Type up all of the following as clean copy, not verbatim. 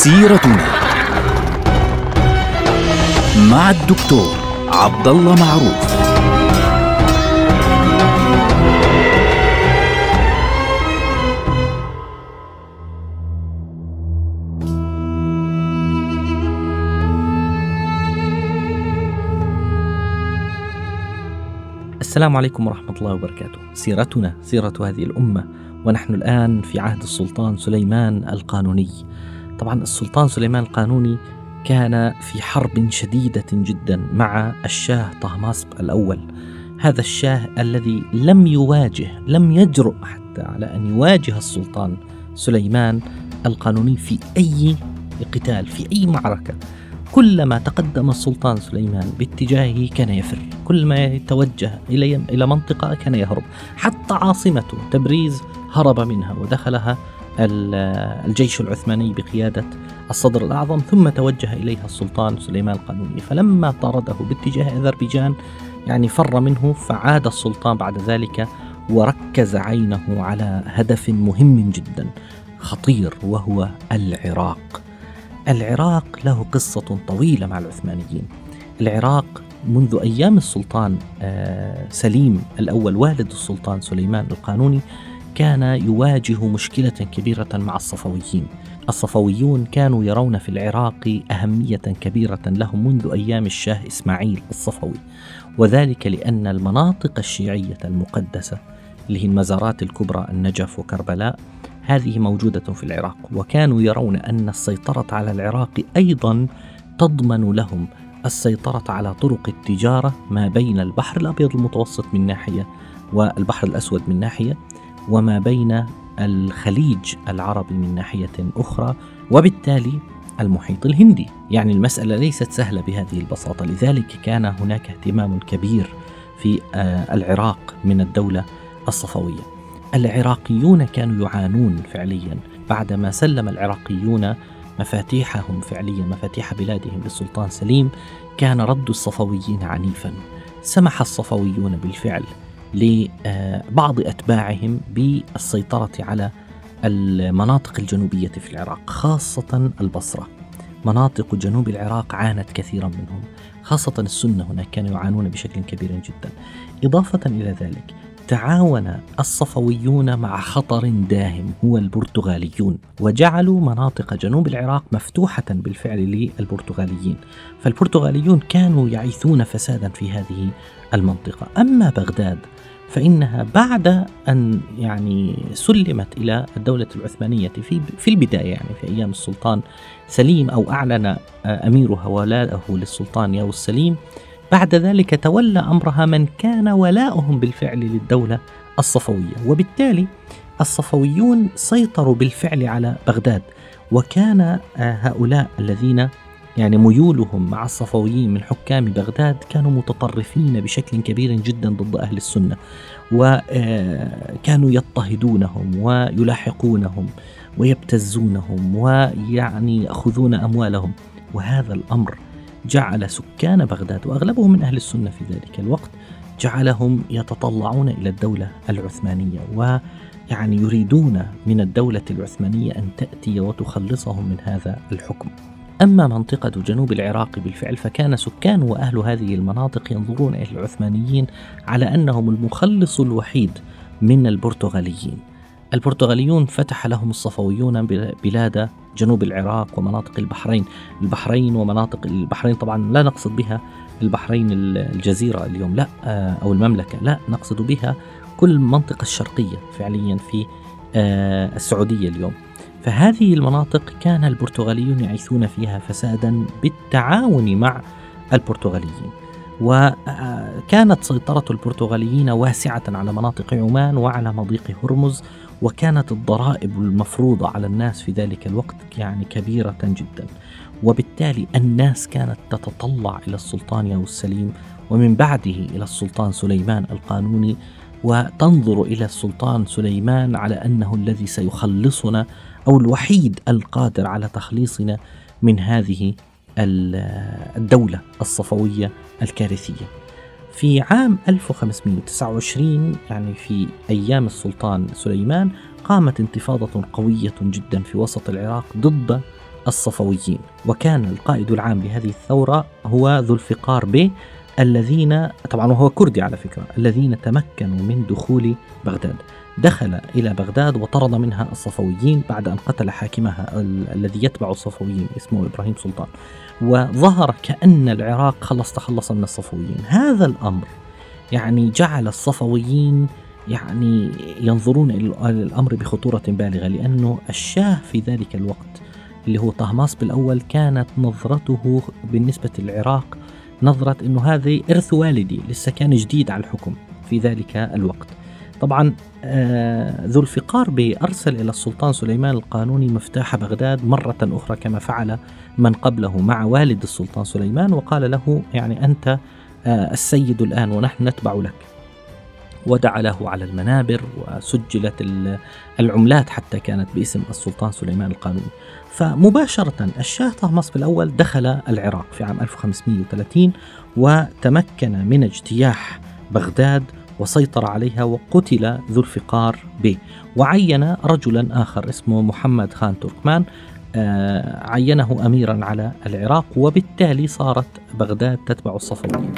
سيرتنا مع الدكتور عبد الله معروف. السلام عليكم ورحمة الله وبركاته. سيرتنا سيرة هذه الأمة، ونحن الآن في عهد السلطان سليمان القانوني. طبعا السلطان سليمان القانوني كان في حرب شديدة جدا مع الشاه طهماسب الأول. هذا الشاه الذي لم يجرؤ حتى على أن يواجه السلطان سليمان القانوني في أي قتال، في أي معركة. كلما تقدم السلطان سليمان باتجاهه كان يفر، كل ما يتوجه إلى منطقة كان يهرب. حتى عاصمته تبريز هرب منها ودخلها الجيش العثماني بقيادة الصدر الأعظم، ثم توجه إليها السلطان سليمان القانوني. فلما طارده باتجاه أذربيجان فر منه، فعاد السلطان بعد ذلك وركز عينه على هدف مهم جدا خطير، وهو العراق. العراق له قصة طويلة مع العثمانيين. العراق منذ أيام السلطان سليم الأول والد السلطان سليمان القانوني كان يواجه مشكلة كبيرة مع الصفويين. الصفويون كانوا يرون في العراق أهمية كبيرة لهم منذ أيام الشاه إسماعيل الصفوي، وذلك لأن المناطق الشيعية المقدسة اللي هي المزارات الكبرى النجف وكربلاء هذه موجودة في العراق، وكانوا يرون أن السيطرة على العراق أيضا تضمن لهم السيطرة على طرق التجارة ما بين البحر الأبيض المتوسط من ناحية والبحر الأسود من ناحية، وما بين الخليج العربي من ناحية أخرى، وبالتالي المحيط الهندي. المسألة ليست سهلة بهذه البساطة. لذلك كان هناك اهتمام كبير في العراق من الدولة الصفوية. العراقيون كانوا يعانون فعليا بعدما سلم العراقيون مفاتيحهم فعليا، مفاتيح بلادهم للسلطان سليم. كان رد الصفويين عنيفا. سمح الصفويون بالفعل لبعض أتباعهم بالسيطرة على المناطق الجنوبية في العراق، خاصة البصرة. مناطق جنوب العراق عانت كثيرا منهم، خاصة السنة هناك كانوا يعانون بشكل كبير جدا. إضافة إلى ذلك تعاون الصفويون مع خطر داهم هو البرتغاليون، وجعلوا مناطق جنوب العراق مفتوحة بالفعل للبرتغاليين. فالبرتغاليون كانوا يعيثون فسادا في هذه المنطقة. أما بغداد فإنها بعد أن سلمت إلى الدولة العثمانية في البداية، في أيام السلطان سليم، أو أعلن أميرها ولاءه للسلطان ياو السليم. بعد ذلك تولى أمرها من كان ولاؤهم بالفعل للدولة الصفوية، وبالتالي الصفويون سيطروا بالفعل على بغداد. وكان هؤلاء الذين ميولهم مع الصفويين من حكام بغداد كانوا متطرفين بشكل كبير جدا ضد أهل السنة، وكانوا يضطهدونهم ويلاحقونهم ويبتزونهم ويأخذون أموالهم. وهذا الأمر جعل سكان بغداد وأغلبهم من أهل السنة في ذلك الوقت جعلهم يتطلعون إلى الدولة العثمانية، يريدون من الدولة العثمانية أن تأتي وتخلصهم من هذا الحكم. أما منطقة جنوب العراق بالفعل فكان سكان وأهل هذه المناطق ينظرون إلى العثمانيين على أنهم المخلص الوحيد من البرتغاليين. البرتغاليون فتح لهم الصفويون بلاد جنوب العراق ومناطق البحرين ومناطق البحرين. طبعا لا نقصد بها البحرين الجزيرة اليوم، لا، أو المملكة، لا، نقصد بها كل المنطقة الشرقية فعليا في السعودية اليوم. فهذه المناطق كان البرتغاليون يعيثون فيها فسادا بالتعاون مع البرتغاليين، وكانت سيطرة البرتغاليين واسعة على مناطق عمان وعلى مضيق هرمز، وكانت الضرائب المفروضة على الناس في ذلك الوقت كبيرة جدا. وبالتالي الناس كانت تتطلع إلى السلطان ياو السليم ومن بعده إلى السلطان سليمان القانوني، وتنظر إلى السلطان سليمان على أنه الذي سيخلصنا، أو الوحيد القادر على تخليصنا من هذه الدولة الصفوية الكارثية. في عام 1529 في أيام السلطان سليمان قامت انتفاضة قوية جدا في وسط العراق ضد الصفويين، وكان القائد العام لهذه الثورة هو ذو الفقار بي، الذين طبعا وهو كردي على فكرة، الذين تمكنوا من دخول بغداد. دخل إلى بغداد وطرد منها الصفويين بعد أن قتل حاكمها الذي يتبع الصفويين اسمه إبراهيم سلطان، وظهر كأن العراق خلص تخلص من الصفويين. هذا الأمر يعني جعل الصفويين يعني ينظرون إلى الأمر بخطورة بالغة، لأنه الشاه في ذلك الوقت اللي هو طهماسب الأول كانت نظرته بالنسبة للعراق نظرة أنه هذا إرث والدي، لسه كان جديد على الحكم في ذلك الوقت. طبعا ذو الفقار بي أرسل إلى السلطان سليمان القانوني مفتاح بغداد مرة أخرى كما فعل من قبله مع والد السلطان سليمان، وقال له يعني أنت السيد الآن ونحن نتبع لك، ودعا له على المنابر، وسجلت العملات حتى كانت باسم السلطان سليمان القانوني. فمباشرة الشاه طهماسب الأول دخل العراق في عام 1530 وتمكن من اجتياح بغداد وسيطر عليها، وقتل ذو الفقار بي، وعين رجلا آخر اسمه محمد خان تركمان عينه أميرا على العراق، وبالتالي صارت بغداد تتبع الصفويين.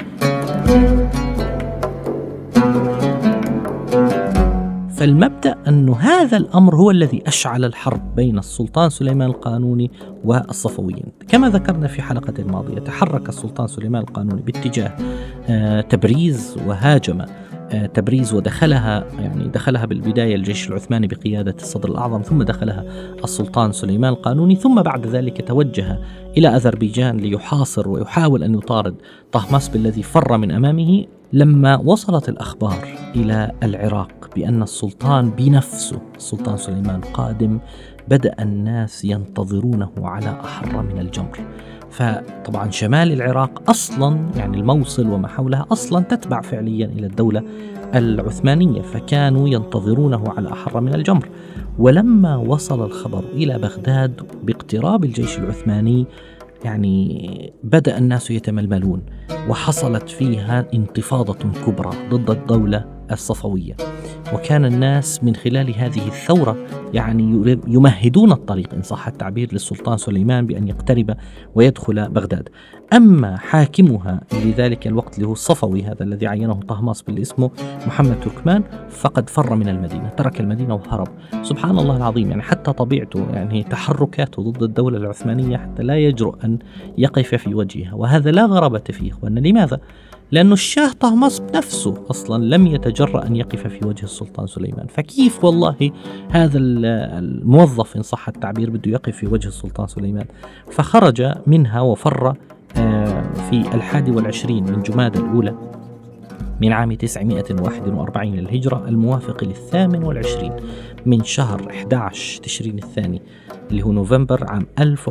فالمبدأ أن هذا الأمر هو الذي أشعل الحرب بين السلطان سليمان القانوني والصفويين. كما ذكرنا في حلقة الماضية، تحرك السلطان سليمان القانوني باتجاه تبريز وهاجم تبريز، دخلها بالبداية الجيش العثماني بقيادة الصدر الأعظم، ثم دخلها السلطان سليمان القانوني، ثم بعد ذلك توجه إلى أذربيجان ليحاصر ويحاول أن يطارد طهماسب الذي فر من أمامه. لما وصلت الأخبار إلى العراق بأن السلطان بنفسه السلطان سليمان قادم، بدأ الناس ينتظرونه على أحر من الجمر. فطبعا شمال العراق أصلا يعني الموصل وما حولها أصلا تتبع فعليا إلى الدولة العثمانية، فكانوا ينتظرونه على أحر من الجمر. ولما وصل الخبر إلى بغداد باقتراب الجيش العثماني، يعني بدأ الناس يتململون، وحصلت فيها انتفاضة كبرى ضد الدولة الصفوية، وكان الناس من خلال هذه الثورة يعني يمهدون الطريق إن صح التعبير للسلطان سليمان بأن يقترب ويدخل بغداد. أما حاكمها لذلك الوقت اللي هو الصفوي هذا الذي عينه طهماسب اللي اسمه محمد تركمان، فقد فر من المدينة، ترك المدينة وهرب. سبحان الله العظيم، يعني حتى طبيعته يعني تحركاته ضد الدولة العثمانية حتى لا يجرؤ أن يقف في وجهها، وهذا لا غرابة فيه. وأن لماذا؟ لأن الشاه طهماسب نفسه أصلا لم يتجرأ أن يقف في وجه السلطان سليمان، فكيف والله هذا الموظف إن صح التعبير بده يقف في وجه السلطان سليمان؟ فخرج منها وفر في 21 من جمادى الأولى من عام 941 للهجرة، الموافق 28 من شهر 11 تشرين الثاني اللي هو نوفمبر عام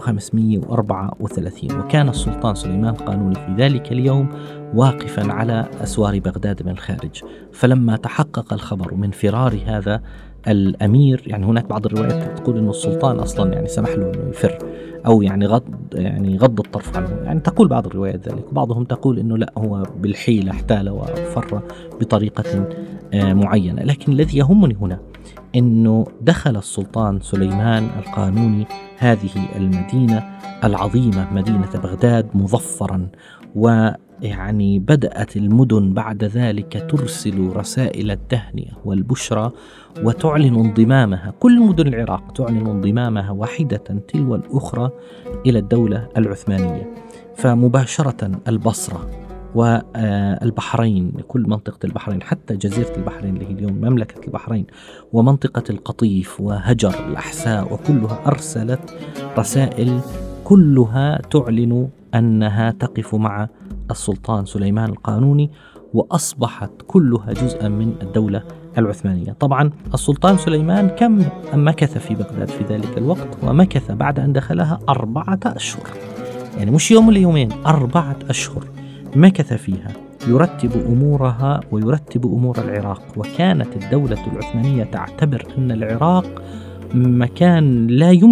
1534. وكان السلطان سليمان القانوني في ذلك اليوم واقفا على أسوار بغداد من الخارج. فلما تحقق الخبر من فرار هذا الأمير، يعني هناك بعض الروايات تقول أن السلطان أصلا يعني سمح له أنه يفر أو يعني غض الطرف عنه، يعني تقول بعض الروايات ذلك، وبعضهم تقول أنه لا، هو بالحيلة احتال وفر بطريقة معينة. لكن الذي يهمني هنا أنه دخل السلطان سليمان القانوني هذه المدينة العظيمة مدينة بغداد مظفرا، ويعني بدأت المدن بعد ذلك ترسل رسائل التهنئة والبشرى وتعلن انضمامها، كل مدن العراق تعلن انضمامها واحدة تلو الأخرى إلى الدولة العثمانية. فمباشرة البصرة والبحرين، كل منطقة البحرين حتى جزيرة البحرين اللي هي اليوم مملكة البحرين، ومنطقة القطيف وهجر الأحساء، وكلها أرسلت رسائل كلها تعلن أنها تقف مع السلطان سليمان القانوني، وأصبحت كلها جزءا من الدولة العثمانية. طبعا السلطان سليمان كم مكث في بغداد في ذلك الوقت؟ ومكث بعد أن دخلها 4 أشهر، يعني مش يوم ولا يومين، 4 أشهر مكث فيها يرتب أمورها ويرتب أمور العراق. وكانت الدولة العثمانية تعتبر أن العراق مكان لا يمكن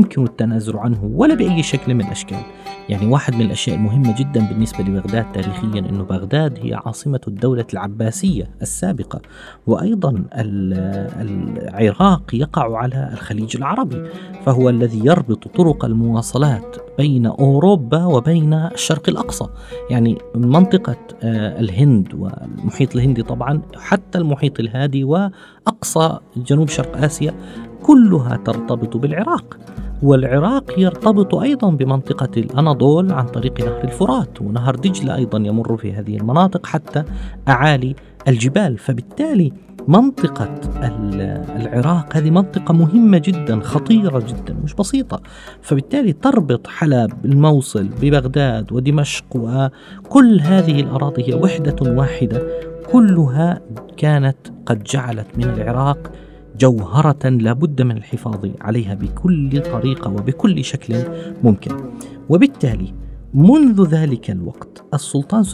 التنازل عنه ولا بأي شكل من الأشكال. يعني واحد من الأشياء المهمة جدا بالنسبة لبغداد تاريخيا أنه بغداد هي عاصمة الدولة العباسية السابقة، وأيضا العراق يقع على الخليج العربي، فهو الذي يربط طرق المواصلات بين أوروبا وبين الشرق الأقصى. يعني منطقة الهند والمحيط الهندي طبعا، حتى المحيط الهادي وأقصى جنوب شرق آسيا كلها ترتبط بالعراق، والعراق يرتبط أيضا بمنطقة الأناضول عن طريق نهر الفرات، ونهر دجلة أيضا يمر في هذه المناطق حتى أعالي الجبال. فبالتالي منطقة العراق هذه منطقة مهمة جدا، خطيرة جدا، مش بسيطة. فبالتالي تربط حلب، الموصل ببغداد ودمشق، وكل هذه الأراضي هي وحدة واحدة، كلها كانت قد جعلت من العراق جوهرة لابد من الحفاظ عليها بكل طريقة وبكل شكل ممكن. وبالتالي منذ ذلك الوقت السلطان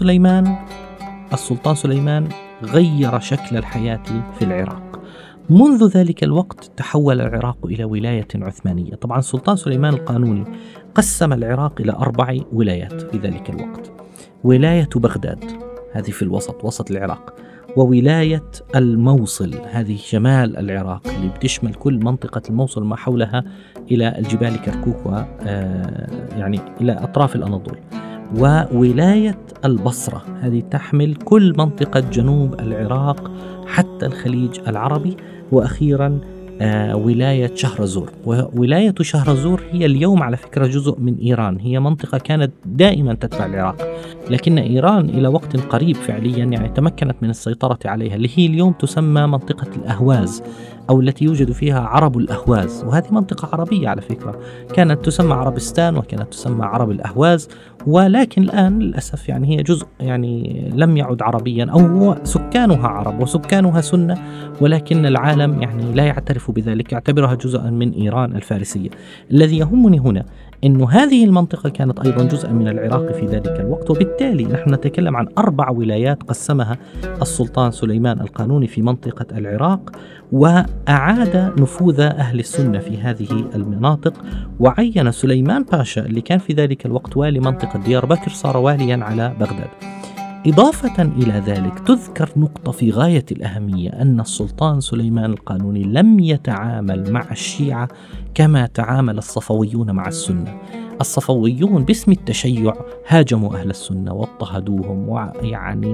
سليمان غير شكل الحياة في العراق. منذ ذلك الوقت تحول العراق إلى ولاية عثمانية. طبعا السلطان سليمان القانوني قسم العراق إلى 4 ولايات في ذلك الوقت: ولاية بغداد هذه في الوسط، وسط العراق، وولاية الموصل هذه شمال العراق اللي بتشمل كل منطقة الموصل ما حولها إلى الجبال كركوك يعني إلى أطراف الأناضول، وولاية البصرة هذه تحمل كل منطقة جنوب العراق حتى الخليج العربي، وأخيرا ولاية شهرزور. وولاية شهرزور هي اليوم على فكرة جزء من إيران، هي منطقة كانت دائما تتبع العراق، لكن إيران إلى وقت قريب فعليا يعني تمكنت من السيطرة عليها، اللي هي اليوم تسمى منطقة الأهواز، أو التي يوجد فيها عرب الأهواز. وهذه منطقة عربية على فكرة، كانت تسمى عربستان وكانت تسمى عرب الأهواز، ولكن الآن للأسف يعني هي جزء يعني لم يعد عربيا، أو هو سكانها عرب وسكانها سنة، ولكن العالم يعني لا يعترف بذلك، يعتبرها جزءا من إيران الفارسية. الذي يهمني هنا أنه هذه المنطقة كانت أيضا جزءا من العراق في ذلك الوقت، وبالتالي نحن نتكلم عن 4 ولايات قسمها السلطان سليمان القانوني في منطقة العراق، وأعاد نفوذ أهل السنة في هذه المناطق. وعين سليمان باشا اللي كان في ذلك الوقت والي منطقة ديار بكر صار واليا على بغداد. إضافة إلى ذلك تذكر نقطة في غاية الأهمية، أن السلطان سليمان القانوني لم يتعامل مع الشيعة كما تعامل الصفويون مع السنة. الصفويون باسم التشيع هاجموا أهل السنة واضطهدوهم ويعني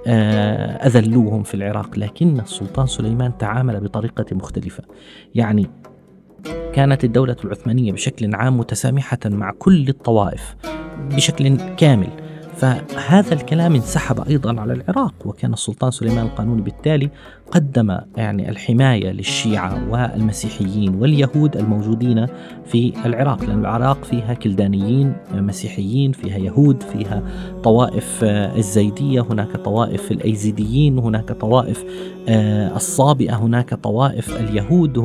أذلوهم في العراق، لكن السلطان سليمان تعامل بطريقة مختلفة. يعني كانت الدولة العثمانية بشكل عام متسامحة مع كل الطوائف بشكل كامل، فهذا الكلام انسحب أيضا على العراق، وكان السلطان سليمان القانوني بالتالي قدم يعني الحماية للشيعة والمسيحيين واليهود الموجودين في العراق، لأن العراق فيها كلدانيين مسيحيين، فيها يهود، فيها طوائف الزيدية، هناك طوائف الأيزيديين، هناك طوائف الصابئة، هناك طوائف اليهود،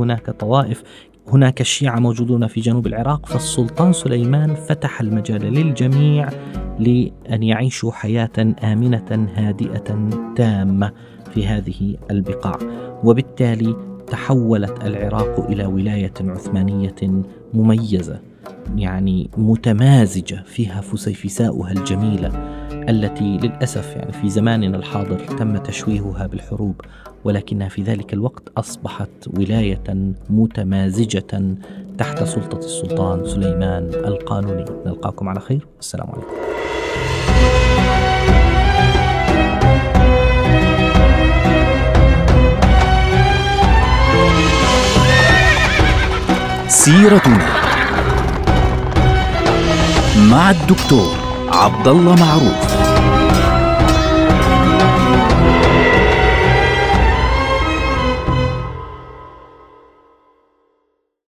هناك الشيعة موجودون في جنوب العراق. فالسلطان سليمان فتح المجال للجميع لأن يعيشوا حياة آمنة هادئة تامة في هذه البقاع، وبالتالي تحولت العراق إلى ولاية عثمانية مميزة، يعني متمازجة، فيها فسيفساؤها الجميلة التي للأسف يعني في زماننا الحاضر تم تشويهها بالحروب، ولكنها في ذلك الوقت أصبحت ولاية متمازجة تحت سلطة السلطان سليمان القانوني. نلقاكم على خير، والسلام عليكم. سيرتنا مع الدكتور عبد الله معروف.